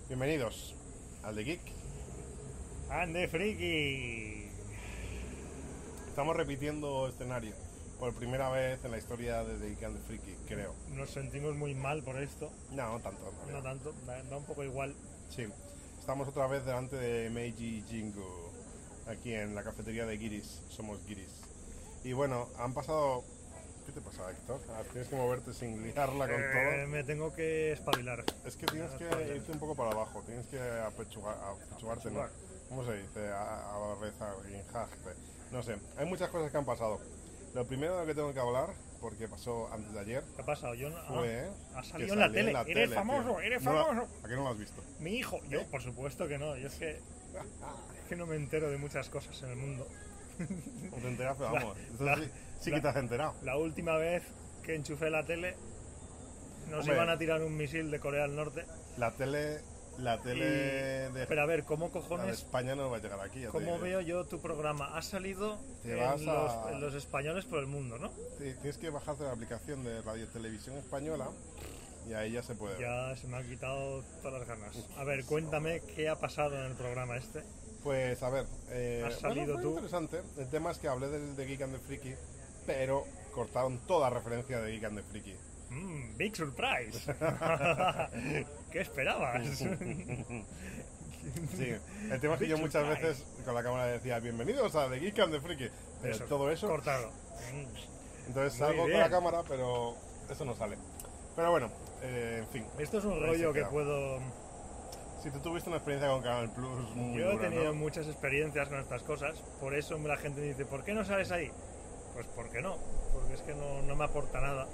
Bienvenidos al The Geek. ¡Ande, friki! Estamos repitiendo escenario por primera vez en la historia de The Geek and the Freaky, creo. Nos sentimos muy mal por esto. No tanto. No tanto, da un poco igual. Sí, estamos otra vez delante de Meiji Jingu, aquí en la cafetería de Giris. Somos Giris. Y bueno, han pasado... ¿Qué te pasa, Héctor? Tienes que moverte sin liarla con todo. Me tengo que espabilar. Es que tienes que irte un poco para abajo, tienes que apechugarte, ¿no? ¿Cómo se dice? Arrezajarte. No sé, hay muchas cosas que han pasado. Lo primero de lo que tengo que hablar, porque pasó antes de ayer, ¿Qué ha pasado? Yo no, fue ha que salido en la tele. tele, ¡Eres famoso! tío. ¡Eres No famoso! ¿A qué no lo has visto? Mi hijo. Yo, por supuesto que no. Yo es que no me entero de muchas cosas en el mundo. No te enteras, pero vamos. Sí que te has enterado. La última vez que enchufé la tele, nos Hombre, iban a tirar un misil de Corea del Norte. La tele de, Pero a ver, ¿cómo la de cojones? España no va a llegar aquí. Ya te ¿Cómo digo. veo yo tu programa? Ha salido Te vas en los españoles por el mundo, ¿no? Tienes que bajarte la aplicación de Radio Televisión Española y ahí ya se puede ver. Ya se me han quitado todas las ganas. A ver, cuéntame qué ha pasado en el programa este. Pues a ver, ¿Has salido fue tú? interesante. El tema es que hablé de Geek and the Freaky, pero cortaron toda referencia de Geek and the Freaky. Big surprise. ¿Qué esperabas? Sí, el tema es que yo muchas veces con la cámara decía bienvenidos a The Geek and the Freaky, pero todo eso, cortado. entonces Muy salgo con bien. la cámara, pero eso no sale. Pero bueno, en fin, Esto es un Ahí rollo se que queda. puedo... si tú tuviste una experiencia con Canal Plus muy Yo he dura, tenido ¿no? muchas experiencias con estas cosas, por eso la gente me dice, ¿por qué no sales ahí? Pues porque no, porque es que no me aporta nada.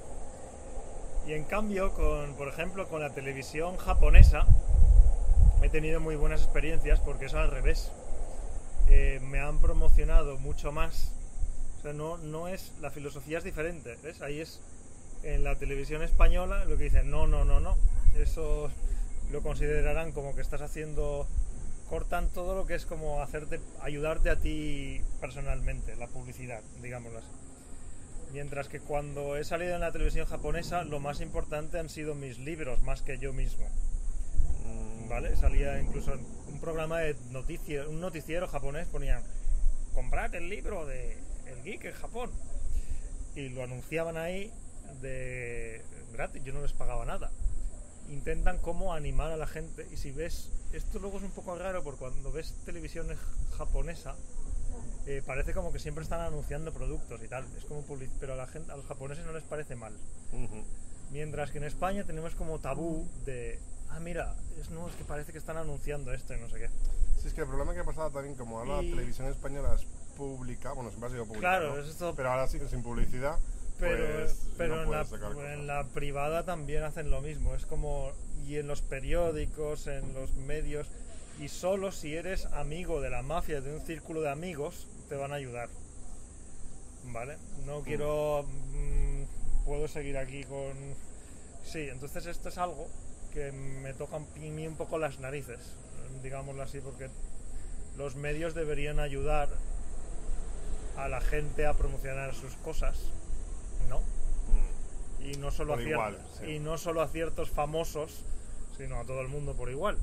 Y en cambio, por ejemplo, con la televisión japonesa, he tenido muy buenas experiencias porque es al revés. Me han promocionado mucho más. O sea, no es... La filosofía es diferente, ¿ves? Ahí es... En la televisión española lo que dicen, no. Eso lo considerarán como que estás haciendo... Cortan todo lo que es como ayudarte a ti personalmente, la publicidad, digámoslo así. Mientras que cuando he salido en la televisión japonesa, lo más importante han sido mis libros, más que yo mismo. ¿Vale? Salía incluso en un programa de noticias, un noticiero japonés, ponían, comprad el libro de El Geek en Japón. Y lo anunciaban ahí de gratis, yo no les pagaba nada. Intentan como animar a la gente. Y si ves, esto luego es un poco raro, porque cuando ves televisión japonesa, parece como que siempre están anunciando productos y tal, es como pero a los japoneses no les parece mal. Mientras que en España tenemos como tabú de, mira, es que parece que están anunciando esto y no sé qué. Sí, es que el problema que ha pasado también, como ahora la televisión española es pública, bueno, siempre ha sido pública, Claro, ¿no? es esto, Pero ahora sí que sin publicidad, pero no en puedes sacar cosas. en la privada también hacen lo mismo, es como, y en los periódicos, en los medios, y solo si eres amigo de la mafia, de un círculo de amigos, te van a ayudar. ¿Vale? No quiero... puedo seguir aquí con... Sí, entonces esto es algo que me toca a mí un poco las narices, digámoslo así, porque los medios deberían ayudar a la gente a promocionar sus cosas, ¿no? Y no solo Por igual, sí. y no solo a ciertos famosos, sino a todo el mundo por igual.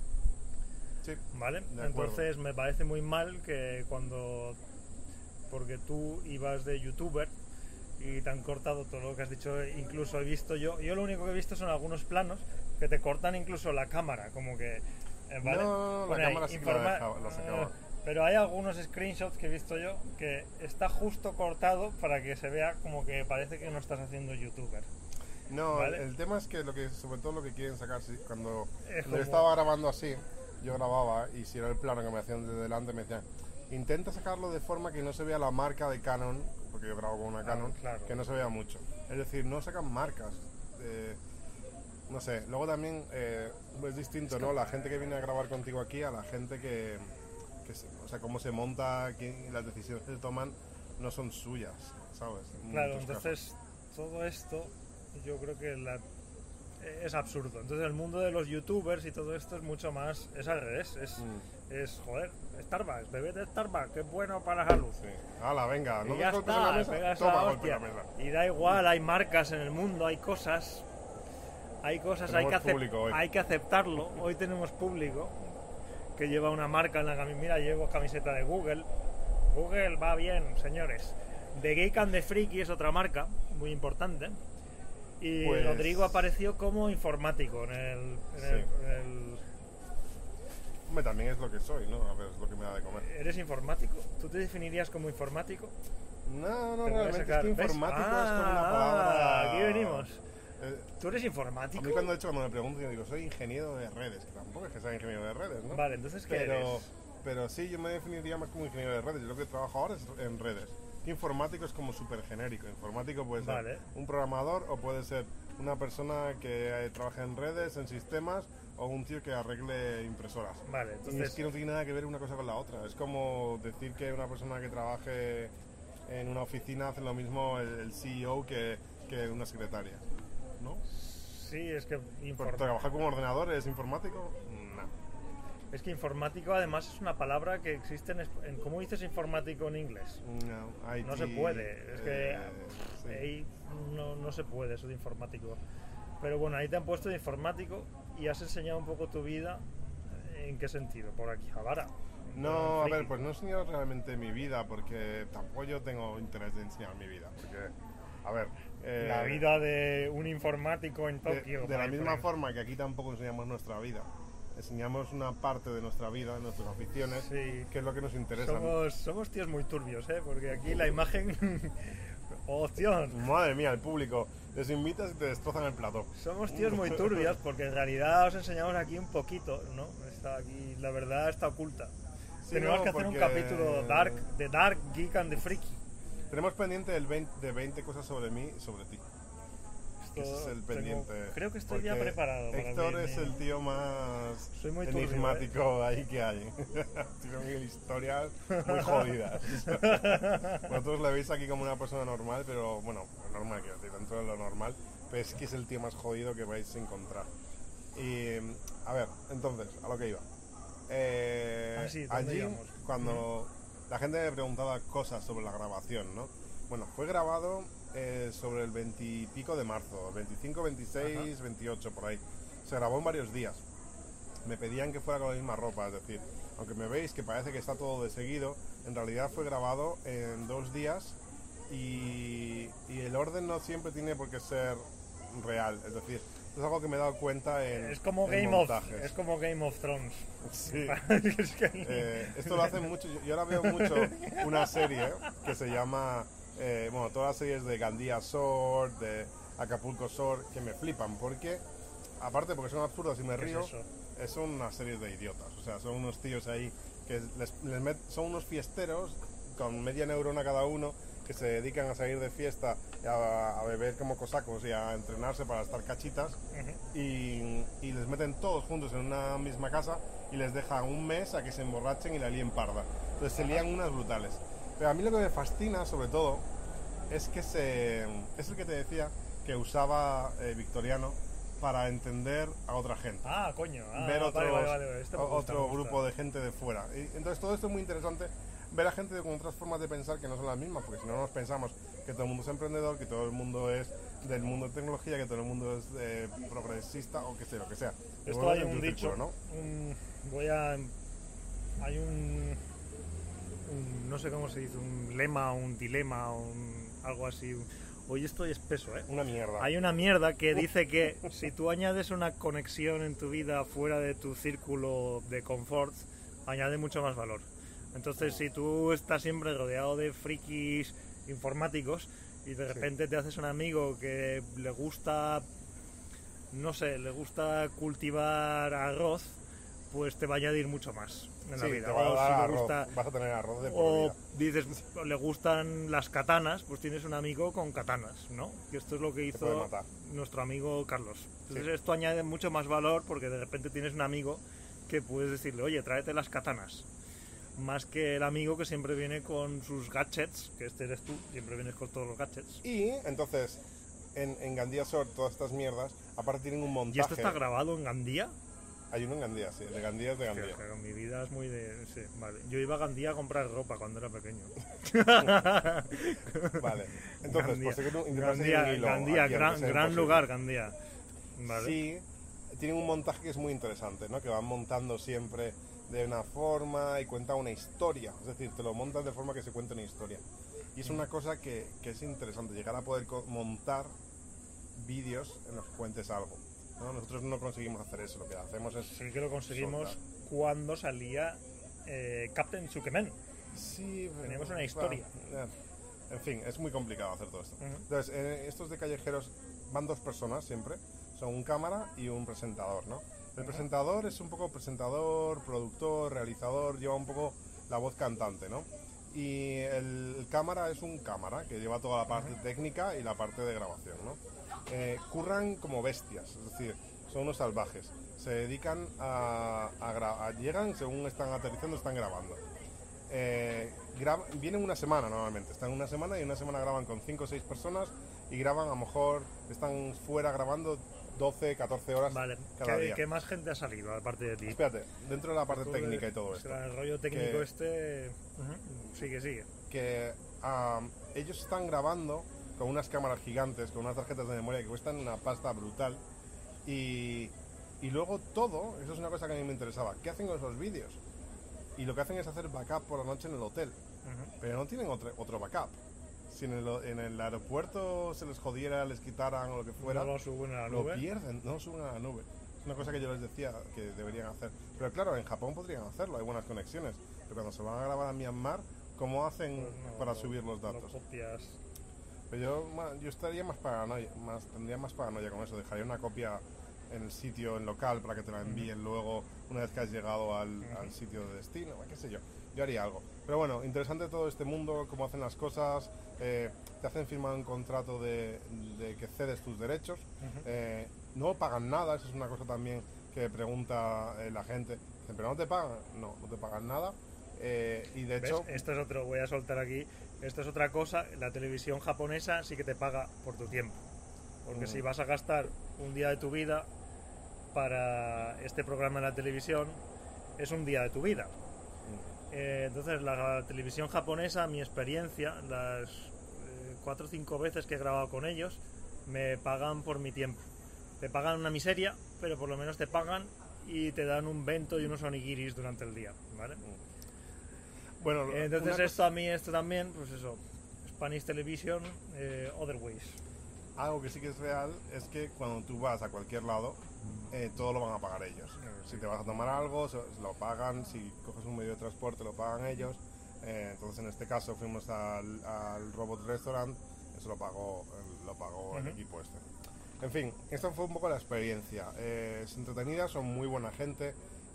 Sí, ¿Vale? de acuerdo. Entonces me parece muy mal que porque tú ibas de youtuber y te han cortado todo lo que has dicho, incluso he visto yo lo único que he visto son algunos planos que te cortan incluso la cámara, como que... ¿vale? No, la cámara sí que la sacaba. Pero hay algunos screenshots que he visto yo que está justo cortado para que se vea como que parece que no estás haciendo youtuber. No, ¿Vale? el tema es que sobre todo lo que quieren sacar, cuando como- yo estaba grabando así, yo grababa y si era el plano que me hacían de delante me decían, intenta sacarlo de forma que no se vea la marca de Canon, porque yo grabo con una Canon, claro. que no se vea mucho. Es decir, no sacan marcas. No sé, luego también es distinto, ¿no? La gente que viene a grabar contigo aquí a la gente o sea, cómo se monta, las decisiones que se toman no son suyas, ¿sabes? En Claro, muchos entonces todo esto yo creo que es absurdo. Entonces el mundo de los youtubers y todo esto es mucho más, es al revés, joder, Starbucks, bebé de Starbucks, que es bueno para la salud. casos. Sí. Hala, venga, no Y me ya golpes en la está, mesa, pegas toma la golpe en hostia. la mesa. Y da igual, hay marcas en el mundo, hay cosas. hay cosas, Tenemos público hoy. hay que aceptarlo. Hoy tenemos público que lleva una marca en la camiseta. Mira, llevo camiseta de Google. Google va bien, señores. The Geek and the Freaky es otra marca muy importante. Y Pues- Rodrigo apareció como informático en el Hombre, también es lo que soy, ¿no? A ver, es lo que me da de comer. ¿Eres informático? ¿Tú te definirías como informático? No, Te voy a realmente es sacar, que ¿ves? informático es como una palabra... Aquí venimos. Eh, ¿Tú eres a informático? mí de hecho cuando me preguntan, yo digo, soy ingeniero de redes, que tampoco es que sea ingeniero de redes, ¿no? Vale, entonces ¿qué pero, eres? pero sí, yo me definiría más como ingeniero de redes. Yo lo que trabajo ahora es en redes. Informático es como súper genérico. Informático puede ser Vale. un programador o puede ser una persona que trabaja en redes, en sistemas, o un tío que arregle impresoras. Vale, Y es entonces que no tiene nada que ver una cosa con la otra. Es como decir que una persona que trabaje en una oficina hace lo mismo el CEO que una secretaria, ¿no? sí, es que ¿Por trabajar con ordenador es informático? No. es que informático además es una palabra que existe ¿cómo dices informático en inglés? No, No se puede, es que sí. ahí no se puede eso de informático. Pero bueno, ahí te han puesto de informático y has enseñado un poco tu vida. ¿En qué sentido? Por aquí, Javara. No, a ver, pues no he enseñado realmente mi vida porque tampoco yo tengo interés de enseñar mi vida. Porque, a ver... La vida de un informático en Tokio. de la my misma friend. forma que aquí tampoco enseñamos nuestra vida. Enseñamos una parte de nuestra vida, de nuestras aficiones, Sí. que es lo que nos interesa. Somos tíos muy turbios, ¿eh? Porque aquí la imagen... ¡Opción! Madre mía, el público. Les invitas y te destrozan el plató. Somos tíos muy turbios porque en realidad os enseñamos aquí un poquito, ¿no? Está aquí, la verdad está oculta. Sí, Tenemos no, que hacer un porque- capítulo de Dark, Geek and the Freaky. Tenemos pendiente de 20 cosas sobre mí y sobre ti. Ese es el pendiente. Creo que estoy ya Porque preparado para Héctor mí, es el tío más Soy muy turbio, enigmático ahí que hay. Tiene mil historias muy jodidas. Vosotros le veis aquí como una persona normal, pero bueno, normal, quiero decir, dentro de lo normal, pero es que es el tío más jodido que vais a encontrar. Y, a ver, entonces, a lo que iba. Sí, ¿dónde allí, íbamos? cuando la gente me preguntaba cosas sobre la grabación, ¿no? Bueno, fue grabado sobre el 20 y pico de marzo, 25, 26, Ajá. 28, por ahí. Se grabó en varios días. Me pedían que fuera con la misma ropa, es decir, aunque me veis que parece que está todo de seguido, en realidad fue grabado en 2 días y el orden no siempre tiene por qué ser real, es decir, es algo que me he dado cuenta en Es como en montajes. es como Game of Thrones. Sí. Es que- Esto lo hacen mucho. Yo ahora veo mucho una serie que se llama. Bueno, todas las series de Gandía Sword, de Acapulco Sword, que me flipan porque, aparte porque son absurdos y me ¿Qué es río, eso? son una serie de idiotas. O sea, son unos tíos ahí que son unos fiesteros con media neurona cada uno que se dedican a salir de fiesta, a beber como cosacos y a entrenarse para estar cachitas Ujú. y les meten todos juntos en una misma casa y les dejan un mes a que se emborrachen y la líen parda. Entonces se lían unas brutales. Pero a mí lo que me fascina, sobre todo, es que es el que te decía que usaba Victoriano para entender a otra gente. Ah, coño. Ah, Ver otros, vale. Esto me gusta, otro me gusta. grupo de gente de fuera. Y entonces todo esto es muy interesante, ver a gente con otras formas de pensar que no son las mismas, porque si no nos pensamos que todo el mundo es emprendedor, que todo el mundo es del mundo de tecnología, que todo el mundo es progresista o que sea, lo que sea. Esto Bueno, hay en tu un dicho, círculo, ¿no? hay un no sé cómo se dice, un lema, un dilema, algo así. Hoy estoy espeso, ¿eh? Una mierda. Hay una mierda que dice que si tú añades una conexión en tu vida fuera de tu círculo de confort, añade mucho más valor. Entonces, si tú estás siempre rodeado de frikis informáticos y de repente te haces un amigo que le gusta, no sé, le gusta cultivar arroz, pues te va a añadir mucho más en la Sí, vida. te va a O dar si le arroz, gusta, vas a tener arroz de por o vida. dices, le gustan las katanas, pues tienes un amigo con katanas, ¿no? Y esto es lo que puede hizo matar. nuestro amigo Carlos. Entonces Sí. esto añade mucho más valor porque de repente tienes un amigo que puedes decirle, oye, tráete las katanas. Más que el amigo que siempre viene con sus gadgets, que este eres tú, siempre vienes con todos los gadgets. Y entonces, en Gandía Sword, todas estas mierdas, aparte tienen un montaje. ¿Y esto está grabado en Gandía? Hay uno en Gandía, sí, de Gandía es de Gandía. Que mi vida es muy de... Sí, vale. Yo iba a Gandía a comprar ropa cuando era pequeño. Vale, entonces, Gandía. por seguir intentar seguir un hilo. Gandía, aquí, aunque sea gran imposible. lugar, Gandía. Vale. sí tienen un montaje que es muy interesante, ¿no? Que van montando siempre de una forma y cuenta una historia. Es decir, te lo montan de forma que se cuenta una historia. Y es una cosa que es interesante, llegar a poder montar vídeos en los que cuentes algo, ¿no? Nosotros no conseguimos hacer eso, lo que hacemos es... Sí que lo conseguimos soltar. cuando salía Captain Tsukemen. Sí, Teníamos una historia. En fin, es muy complicado hacer todo esto. Ujú. Entonces, estos de callejeros van dos personas siempre, son un cámara y un presentador, ¿no? El presentador es un poco presentador, productor, realizador, lleva un poco la voz cantante, ¿no? Y el cámara es un cámara que lleva toda la parte técnica y la parte de grabación, ¿no? Curran como bestias, es decir, son unos salvajes. Se dedican llegan, según están aterrizando, están grabando. Vienen una semana normalmente, están una semana y una semana graban con 5 o 6 personas y graban, a lo mejor están fuera grabando 12, 14 horas Vale, cada día. ¿qué más gente ha salido aparte de ti? Espérate, dentro de la parte Tú técnica de- y todo esto, El rollo técnico Que- sigue. que ellos están grabando con unas cámaras gigantes, con unas tarjetas de memoria que cuestan una pasta brutal y luego todo, eso es una cosa que a mí me interesaba, ¿qué hacen con esos vídeos? Y lo que hacen es hacer backup por la noche en el hotel, pero no tienen otro backup. Si en el aeropuerto se les jodiera, les quitaran o lo que fuera, No lo suben a la lo nube. pierden, no lo suben a la nube. Es una cosa que yo les decía que deberían hacer. Pero claro, en Japón podrían hacerlo, hay buenas conexiones. Pero cuando se van a grabar a Myanmar, ¿cómo hacen Pues no, para subir los lo datos? copias. Pero yo estaría más paranoia, tendría más paranoia con eso. Dejaría una copia en el sitio, en local, para que te la envíen luego una vez que has llegado al sitio de destino, qué sé yo. Yo haría algo. Pero bueno, interesante todo este mundo, cómo hacen las cosas. Te hacen firmar un contrato de que cedes tus derechos. No pagan nada, eso es una cosa también que pregunta la gente. Dicen, ¿pero no te pagan? No, no te pagan nada. Y de hecho... ¿Ves? Esto es otro, voy a soltar aquí. Esto es otra cosa. La televisión japonesa sí que te paga por tu tiempo. Porque si vas a gastar un día de tu vida para este programa en la televisión, es un día de tu vida. Entonces la televisión japonesa, mi experiencia, las 4 o 5 veces que he grabado con ellos, me pagan por mi tiempo. Te pagan una miseria, pero por lo menos te pagan y te dan un bento y unos onigiris durante el día, ¿vale? Bueno, Entonces esto también, pues eso, Spanish Television, Other Ways. algo que sí que es real es que cuando tú vas a cualquier lado, todo lo van a pagar ellos. Si te vas a tomar algo, se lo pagan. Si coges un medio de transporte, lo pagan ellos. Entonces, en este caso, fuimos al Robot Restaurant. Eso lo pagó el equipo este. En fin, esta fue un poco la experiencia. Es entretenida, son muy buena gente.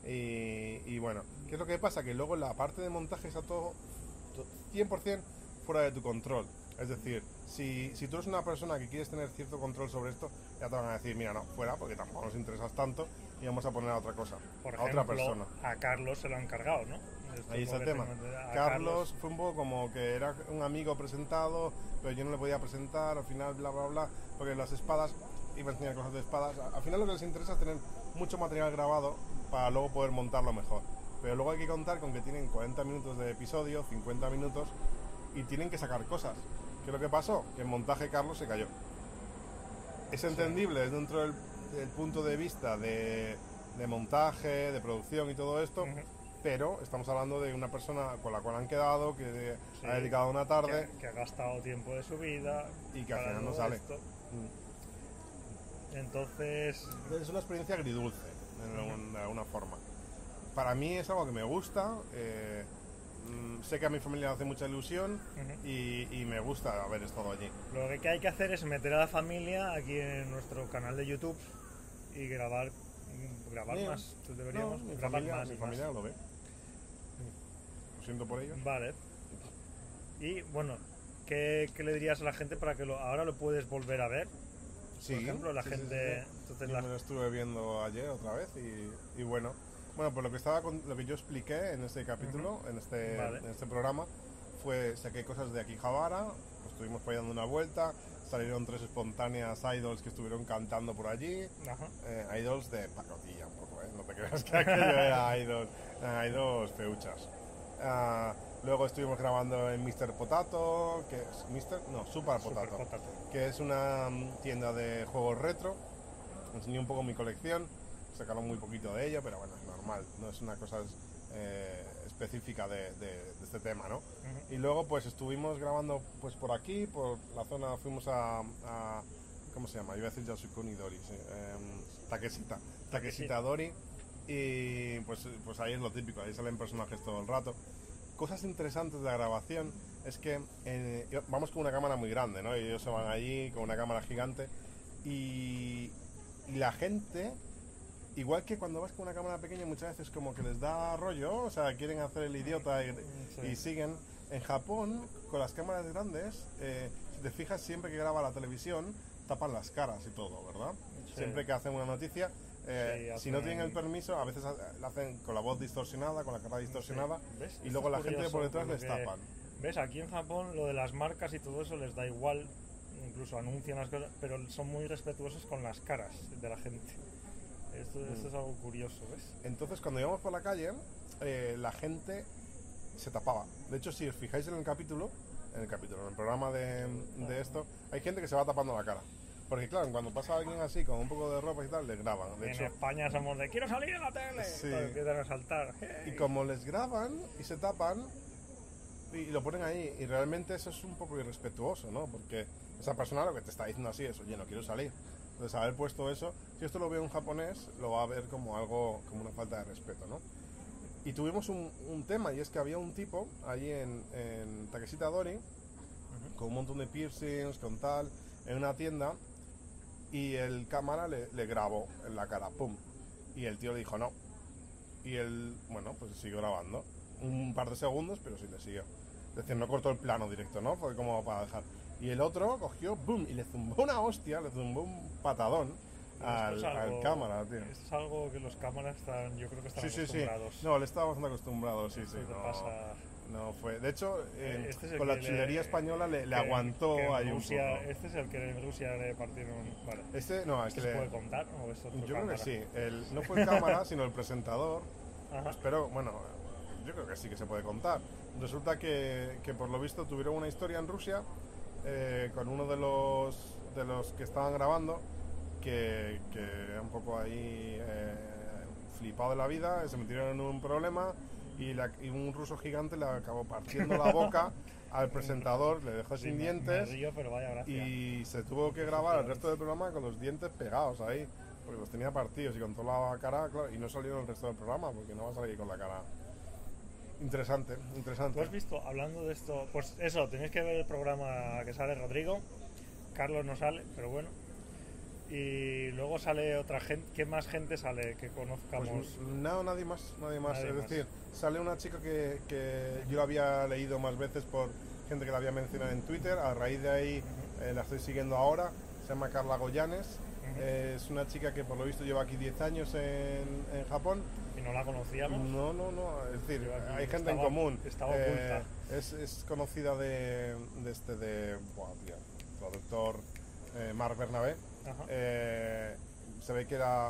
Y bueno, ¿qué es lo que pasa? Que luego la parte de montaje está todo 100% fuera de tu control. Es decir, si tú eres una persona que quieres tener cierto control sobre esto, ya te van a decir, mira, no, fuera, porque tampoco nos interesas tanto y vamos a poner a otra cosa, Por a ejemplo, otra persona. a Carlos se lo han cargado, ¿no? Esto Ahí es está lo el que tema. tengo a Carlos fue un poco como que era un amigo presentado, pero yo no le podía presentar, al final bla bla bla, porque las espadas, iba a enseñar cosas de espadas, al final lo que les interesa es tener mucho material grabado para luego poder montarlo mejor. Pero luego hay que contar con que tienen 40 minutos de episodio, 50 minutos, y tienen que sacar cosas. ¿Qué es lo que pasó? Que el montaje Carlos se cayó. Es entendible desde dentro del punto de vista de montaje, de producción y todo esto, pero estamos hablando de una persona con la cual han quedado, que ha dedicado una tarde que ha gastado tiempo de su vida y que al para final no todo sale. esto. Entonces, Es una experiencia agridulce, de alguna forma. Para mí es algo que me gusta. Sé que a mi familia le hace mucha ilusión y me gusta haber estado allí. lo que hay que hacer es meter a la familia aquí en nuestro canal de YouTube y grabar Bien. más. Deberíamos No, grabar más. mi y familia más. lo ve. Lo siento por ello. Vale. Y bueno, ¿qué le dirías a la gente para que ahora lo puedes volver a ver? Sí, Por ejemplo, la sí, gente. sí. Entonces, Yo me lo estuve viendo ayer otra vez y bueno, pues lo que yo expliqué en este capítulo, Vale. en este programa, fue saqué cosas de Akihabara, pues estuvimos por ahí dando una vuelta, salieron 3 espontáneas idols que estuvieron cantando por allí, Ajá. idols de pacotilla un poco, no te creas que aquello era idols feuchas. Luego estuvimos grabando en Mr. Potato, que es Super Potato, Super Potato. que es una tienda de juegos retro. enseñé un poco mi colección, sacaron muy poquito de ello, pero bueno, es normal, no es una cosa específica de este tema, ¿no? Y luego pues estuvimos grabando pues por aquí, por la zona, fuimos a ¿cómo se llama? Iba a decir Yasukuni Dori, sí, Takeshita Dori, y pues ahí es lo típico, ahí salen personajes todo el rato. Cosas interesantes de la grabación es que vamos con una cámara muy grande, ¿no? Y ellos se van allí con una cámara gigante y la gente, igual que cuando vas con una cámara pequeña, muchas veces como que les da rollo, o sea, quieren hacer el idiota y siguen. En Japón, con las cámaras grandes, si te fijas, siempre que graba la televisión, tapan las caras y todo, ¿verdad? Sí. Siempre que hacen una noticia, si no tienen el permiso, a veces la hacen con la voz distorsionada, con la cara distorsionada, ¿ves? Y luego la gente por detrás les tapan. ¿Ves? Aquí en Japón lo de las marcas y todo eso les da igual, incluso anuncian las cosas, pero son muy respetuosos con las caras de la gente. Esto es algo curioso, ¿ves? Entonces, cuando íbamos por la calle, la gente se tapaba. De hecho, si os fijáis en el programa de esto, hay gente que se va tapando la cara. Porque claro, cuando pasa alguien así, con un poco de ropa y tal, les graban. De hecho, España somos de ¡quiero salir en la tele! Sí. Todos empiezan a saltar. ¡Hey! Y como les graban y se tapan y lo ponen ahí, y realmente eso es un poco irrespetuoso, ¿no? Porque esa persona lo que te está diciendo así es, oye, no quiero salir. Entonces, haber puesto eso, si esto lo ve un japonés, lo va a ver como algo, como una falta de respeto, ¿no? Y tuvimos un tema, y es que había un tipo allí en Takeshita Dori, con un montón de piercings, con tal, en una tienda, y el cámara le grabó en la cara, ¡pum! Y el tío le dijo no. Y él, bueno, pues siguió grabando. Un par de segundos, pero sí le siguió. Es decir, no cortó el plano directo, ¿no? Fue como para dejar. Y el otro cogió, ¡boom! Y le zumbó una hostia, le zumbó un patadón al cámara, tío. Esto es algo que los cámaras están, yo creo que están acostumbrados. Sí. No, le estaba bastante acostumbrado, sí. Pasa... No fue. De hecho, con la chulería española le aguantó ahí Rusia, un poco. Este es el que en Rusia le partieron. Vale. ¿Se puede contar? ¿O es otro yo cámara? creo que sí. No fue el cámara, sino el presentador. Ajá. Pero bueno, yo creo que sí que se puede contar. Resulta que por lo visto tuvieron una historia en Rusia con uno de los que estaban grabando que era un poco ahí flipado de la vida, se metieron en un problema y un ruso gigante le acabó partiendo la boca al presentador, le dejó sin dientes. Me río, pero vaya gracia. Y se tuvo que grabar el resto del programa con los dientes pegados ahí, porque los tenía partidos y con toda la cara, claro, y no salieron el resto del programa porque no va a salir con la cara. Interesante. ¿Tú has visto, hablando de esto, pues eso, tenéis que ver el programa que sale Rodrigo, Carlos no sale, pero bueno. Y luego sale otra gente. ¿Qué más gente sale que conozcamos? Pues no, nadie más. Es decir, sale una chica que yo había leído más veces por gente que la había mencionado en Twitter. A raíz de ahí la estoy siguiendo ahora. Se llama Carla Goyanes. Es una chica que por lo visto lleva aquí 10 años en Japón. ¿Y no la conocíamos? No. Es decir, hay gente en común. Estaba oculta. Es conocida de traductor Marc Bernabé. Se ve que era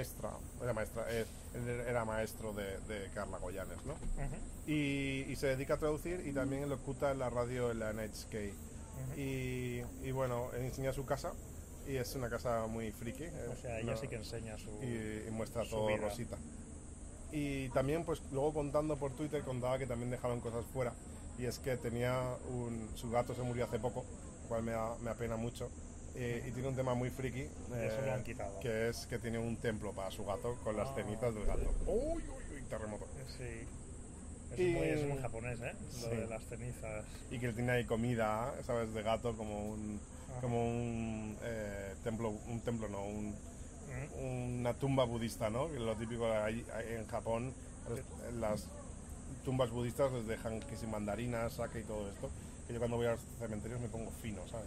maestro de Carla Goyanes, ¿no? Y se dedica a traducir y también locuta en la radio en la NHK. Y bueno, enseña su casa y es una casa muy friki. O sea, ella sí que enseña su y muestra su todo vida. rosita. Y también, pues luego contando por Twitter, contaba que también dejaron cosas fuera. Y es que su gato se murió hace poco, lo cual me apena mucho. Y tiene un tema muy friki, eso lo han quitado. que es que tiene un templo para su gato con las cenizas del gato. ¡Uy! Terremoto. Sí. Es muy japonés, ¿eh? Lo de las cenizas. Y que tiene ahí comida, ¿sabes? De gato, como un templo, una tumba budista, ¿no? Que lo típico en Japón, las tumbas budistas les dejan que sin mandarinas, sake y todo esto. Que yo cuando voy a los cementerios me pongo fino, ¿sabes?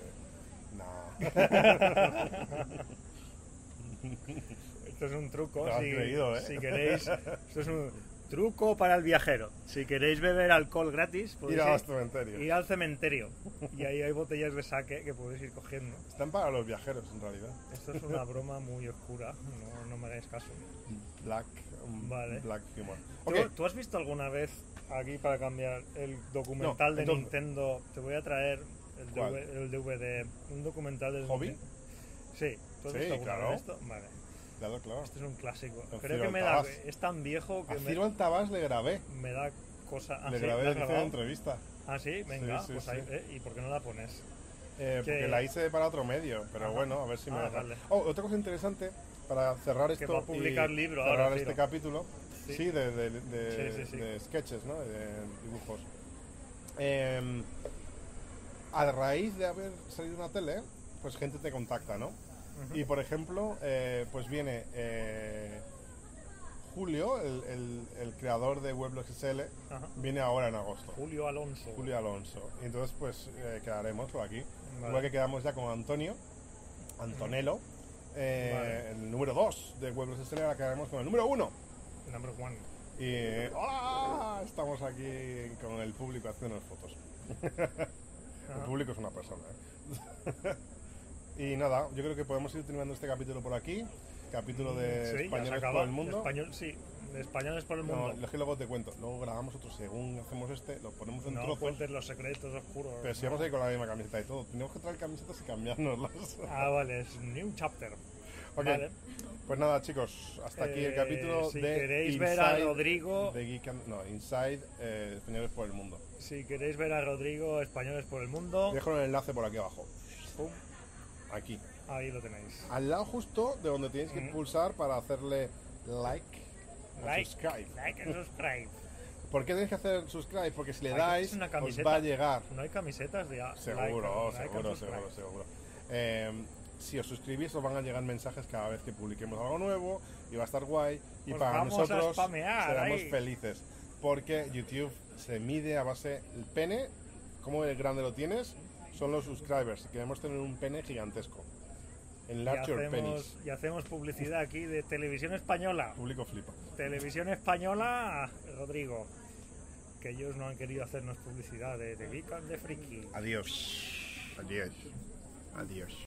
Esto es un truco. Te lo has creído, ¿eh? Si queréis, esto es un truco para el viajero. Si queréis beber alcohol gratis, ir al cementerio. Y ahí hay botellas de sake que podéis ir cogiendo. Están para los viajeros, en realidad. Esto es una broma muy oscura. No me hagáis caso. Black humor. ¿Tú has visto alguna vez, aquí para cambiar, el documental de Nintendo? Te voy a traer el DVD, un documental del ¿Hobby? Sí, ¿Tú has Sí, visto alguna claro. vez esto? Vale. Claro. Este es un clásico. Con Creo Ciro que me da... Altabás. Es tan viejo que A Ciro me, Altabás le grabé. me da cosa... Ah, Le ¿sí? grabé ¿La has hice una grabado? entrevista. Ah, sí, venga, Sí, sí, pues sí. ahí, ¿y por qué no la pones? Porque la hice para otro medio, pero Ajá. bueno, a ver si me Ah, dejan. vale. Oh, otra cosa interesante para cerrar esto va a publicar y libro cerrar ahora, este Ciro. capítulo, Sí. sí, Sí. de sketches, ¿no? De dibujos. A raíz de haber salido una tele, pues gente te contacta, ¿no? Ujú. Y por ejemplo, pues viene Julio, el creador de Weblogs SL, Ajá. viene ahora en agosto. Julio Alonso. Julio Alonso. Y entonces pues quedaremos por aquí. Vale. Igual que quedamos ya con Antonello, Vale. el número 2 de Weblogs SL, ahora quedaremos con el número 1. Number one. Y ¡hola! Estamos aquí con el público haciendo fotos. El Ajá. público es una persona. Y nada, yo creo que podemos ir terminando este capítulo por aquí. Capítulo de Sí, ya se españoles acaba. por el mundo. De españoles por el No, mundo. es que luego te cuento. Luego grabamos otro según hacemos este, lo ponemos en No trozos. cuentes los secretos oscuros. Pero si no. vamos a ir con la misma camiseta y todo, tenemos que traer camisetas y cambiarnoslas. Ah, vale, es New Chapter. Ok, Vale. pues nada chicos, hasta aquí el capítulo si de queréis ver a Inside Rodrigo, de Inside Españoles por el Mundo. si queréis ver a Rodrigo, Españoles por el Mundo, Dejo el enlace por aquí abajo. Pum. Aquí. ahí lo tenéis. Al lado justo de donde tenéis que Ujú. pulsar para hacerle like o subscribe. Like and subscribe. ¿Por qué tenéis que hacer subscribe? Porque si le Ay, dais, es una os camiseta. va a llegar. No hay camisetas de Seguro, like and seguro. subscribe. Si os suscribís os van a llegar mensajes cada vez que publiquemos algo nuevo y va a estar guay y Os para vamos a nosotros spamear seremos ahí. felices porque YouTube se mide a base el pene, cómo de grande lo tienes, son los subscribers y queremos tener un pene gigantesco. Enlarge your penis. Y hacemos publicidad aquí de Televisión Española. Público flipa. Televisión Española, Rodrigo. Que ellos no han querido hacernos publicidad de Geek and the Freaky. Adiós. Adiós. Adiós.